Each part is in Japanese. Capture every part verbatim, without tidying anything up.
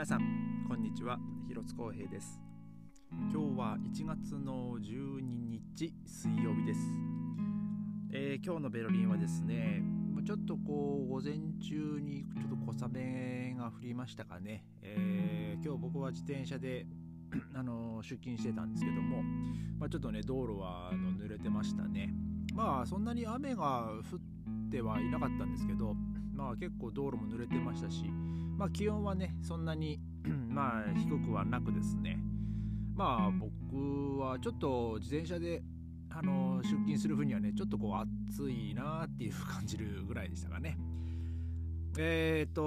皆さんこんにちは、広津光平です。今日はいちがつのじゅうににち水曜日です。えー、今日のベルリンはですね、ちょっとこう午前中にちょっと小雨が降りましたかね。えー、今日僕は自転車であの出勤してたんですけども、まあ、ちょっとね道路はあの濡れてましたね。まあそんなに雨が降ってはいなかったんですけど、まあ結構道路も濡れてましたし、まあ気温はねそんなにまあ低くはなくですね、まあ僕はちょっと自転車であの出勤する分にはねちょっとこう暑いなっていう感じるぐらいでしたかね。えっと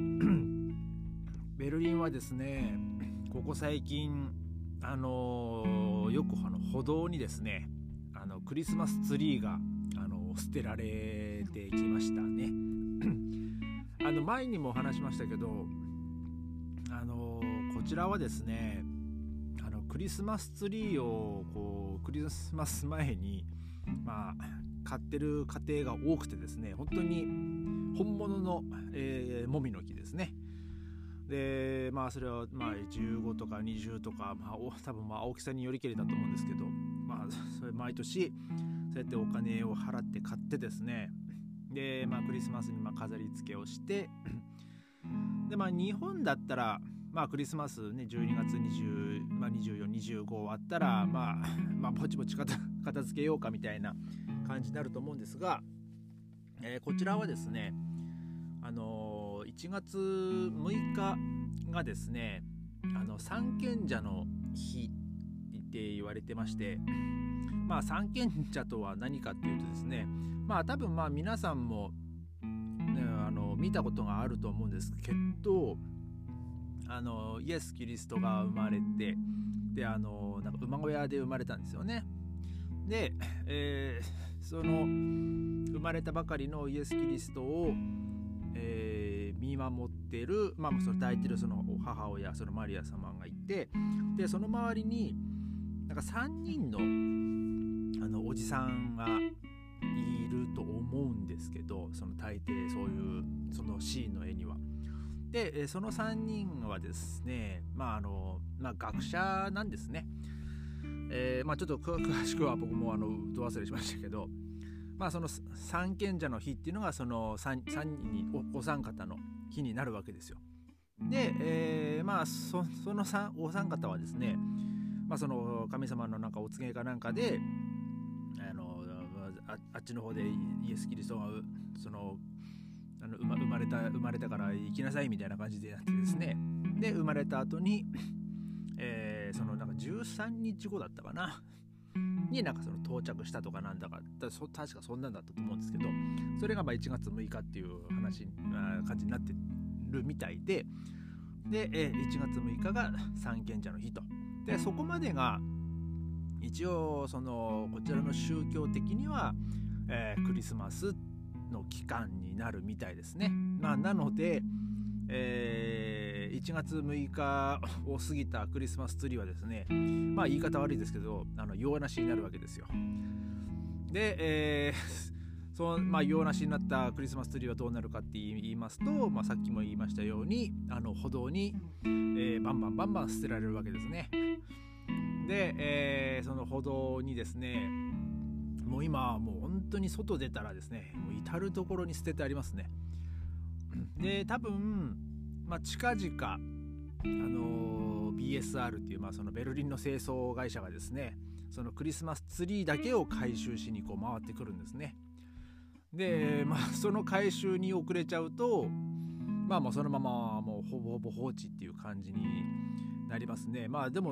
ベルリンはですね、ここ最近あのよくあの歩道にですねあのクリスマスツリーがあの捨てられてきましたね。あの前にも話しましたけど、あのこちらはですねあのクリスマスツリーをこうクリスマス前にまあ買ってる家庭が多くてですね、本当に本物の、えー、もみの木ですね。でまあそれはまあじゅうごとかにじゅうとか、まあ、多分まあ大きさによりけりだと思うんですけど、まあそれ毎年そうやってお金を払って買ってですね、でまあクリスマスにまあ飾り付けをしてでまあ日本だったらまあクリスマスねじゅうにがつにじゅう、まあ、にじゅうよん、にじゅうご終わったらまあまあぼちぼち片付けようかみたいな感じになると思うんですが、えー、こちらはですねあのー、いちがつむいかがですねあの三賢者の日って言われてまして、まあ三賢者とは何かっていうとですね、まあ多分まあ皆さんも、ね、あの見たことがあると思うんですけど、あのイエス・キリストが生まれて、であのなんか馬小屋で生まれたんですよね。で、えー、その生まれたばかりのイエス・キリストを、えー、見守っている、まあ、その抱いているその母親、そのマリア様がいて、でその周りになんかさんにんのあのおじさんがいると思うんですけど、その大抵そういうそのシーンの絵には。でそのさんにんはですね、まああのまあ、学者なんですね。えーまあ、ちょっと詳しくは僕もあのど忘れしましたけど、まあ、その三賢者の日っていうのがその 3, 3人に お, お三方の日になるわけですよ。で、えー、まあ そ, そのお三方はですね、まあ、その神様のなんかお告げかなんかであの あ, あっちの方でイエス・キリストがそのあの 生, ま生, まれた生まれたから行きなさいみたいな感じでやってですね、で生まれた後に、えー、そのなんかじゅうさんにちごだったかなになんかその到着したとかなんだか、だそ確かそんなんだったと思うんですけど、それがまあいちがつむいかっていう話感じになってるみたいで、で、えー、いちがつむいかが三賢者の日と。でそこまでが一応そのこちらの宗教的には、えー、クリスマスの期間になるみたいですね。まあ、なので、えー、いちがつむいかを過ぎたクリスマスツリーはですね、まあ言い方悪いですけどあの用なしになるわけですよ。で、えー、そのまあ用なしになったクリスマスツリーはどうなるかって言いますと、まあ、さっきも言いましたようにあの歩道に、えー、バンバンバンバン捨てられるわけですね。で、えー、その歩道にですね、もう今はもう本当に外出たらですね、もう至る所に捨ててありますね。で多分、まあ、近々、あのー、ビーエスアール っていう、まあ、そのベルリンの清掃会社がですね、そのクリスマスツリーだけを回収しにこう回ってくるんですね。で、まあ、その回収に遅れちゃうと、まあもうそのままもうほぼほぼ放置っていう感じになりますね。まあでも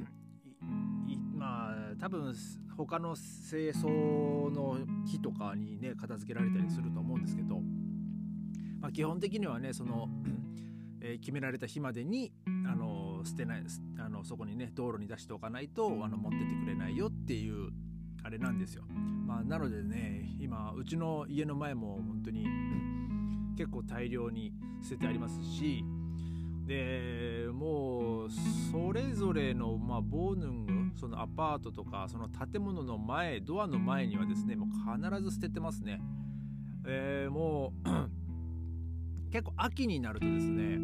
まあ多分他の清掃の日とかにね片付けられたりすると思うんですけど、まあ、基本的にはねその、えー、決められた日までにあの捨てないあのそこにね道路に出しておかないとあの持ってってくれないよっていうあれなんですよ。まあ、なのでね今うちの家の前も本当に結構大量に捨ててありますし、でもうそれぞれの、まあ、ボーヌングそのアパートとかその建物の前ドアの前にはですねもう必ず捨ててますね。えー、もう結構秋になるとですね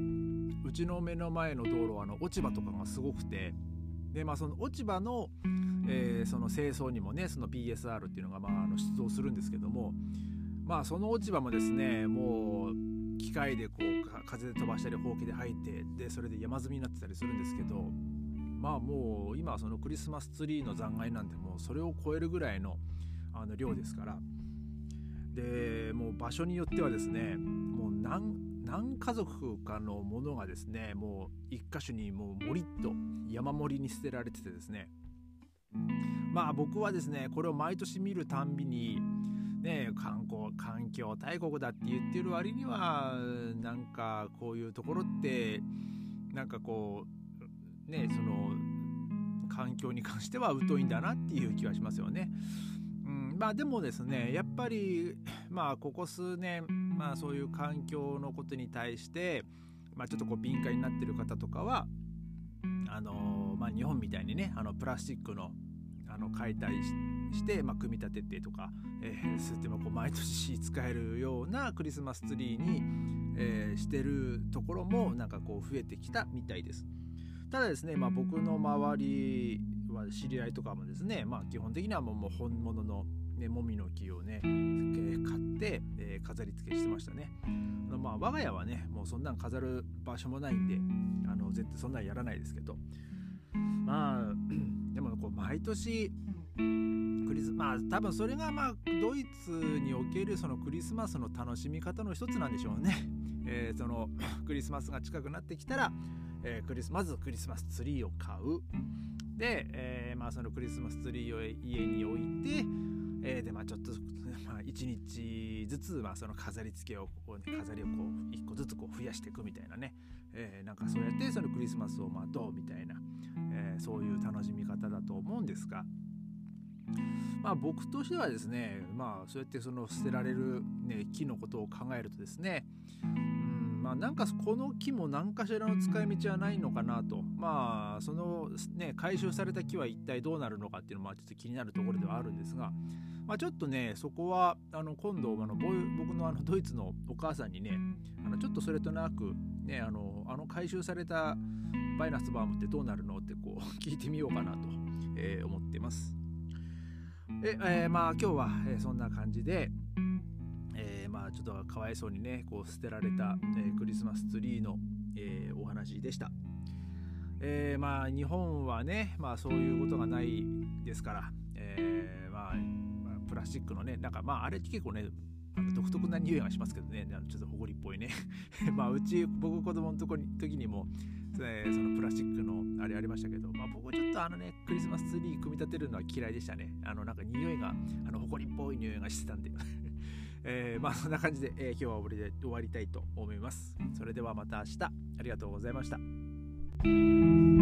うちの目の前の道路はあの落ち葉とかがすごくて、でまあその落ち葉の、えー、その清掃にもねその ピーエスアール っていうのがまああの出動するんですけども、まあその落ち葉もですねもう機械でこう風で飛ばしたりほうきで吐いて、でそれで山積みになってたりするんですけど、まあもう今そのクリスマスツリーの残骸なんてもうそれを超えるぐらいのあの量ですから、でもう場所によってはですねもう何何家族かのものがですねもう一箇所にもうもりっと山盛りに捨てられててですね、まあ僕はですねこれを毎年見るたんびにね、観光環境大国だって言ってる割にはなんかこういうところってなんかこうねその環境に関しては疎いんだなっていう気はしますよね。うん、まあでもですねやっぱりまあここ数年まあそういう環境のことに対してまあちょっとこう敏感になってる方とかはあのまあ日本みたいにねあのプラスチックのあの解体して、まあ、組み立ててとか、えー、そうやってこう毎年使えるようなクリスマスツリーに、えー、してるところもなんかこう増えてきたみたいです。ただですね、まあ、僕の周りは知り合いとかもですね、まあ、基本的にはもう本物の、ね、もみの木をね買って、えー、飾り付けしてましたね。あのまあ我が家はねもうそんなん飾る場所もないんであの絶対そんなんやらないですけど、まあでもこう毎年クリスまあ多分それがまあドイツにおけるそのクリスマスの楽しみ方の一つなんでしょうね。えー、そのクリスマスが近くなってきたら、えー、クリスまずクリスマスツリーを買う。で、えー、まあそのクリスマスツリーを家に置いて、えー、でまあちょっとまあ一日ずつまあその飾り付けをこう、ね、飾りをこう一個ずつこう増やしていくみたいなね、えー、なんかそうやってそのクリスマスを待とうみたいな、えー、そういう楽しみ方だと思うんですが。まあ僕としてはですね、まあそうやってその捨てられる、ね、木のことを考えるとですね、うんまあなんかこの木も何かしらの使い道はないのかなと、まあそのね回収された木は一体どうなるのかっていうのもちょっと気になるところではあるんですが、まあちょっとねそこはあの今度あの僕のあのドイツのお母さんにね、あのちょっとそれとなくねあのあの回収されたバイナスバームってどうなるのってこう聞いてみようかなと、えー、思ってます。ええー、まあ今日は、えー、そんな感じで、えー、まあちょっとかわいそうにねこう捨てられた、えー、クリスマスツリーの、えー、お話でした。えー、まあ日本はねまあそういうことがないですから、えー、まあプラスチックのねなんかまああれ結構ねあの独特な匂いがしますけどね、ちょっとほこりっぽいねまあうち僕子供のとこに時にもえー、そのプラスチックのあれありましたけど、まあ、僕ちょっとあのねクリスマスツリー組み立てるのは嫌いでしたね。あのなんか匂いがあの埃っぽい匂いがしてたんで、えー、まあそんな感じで、えー、今日は終わりで終わりたいと思います。それではまた明日ありがとうございました。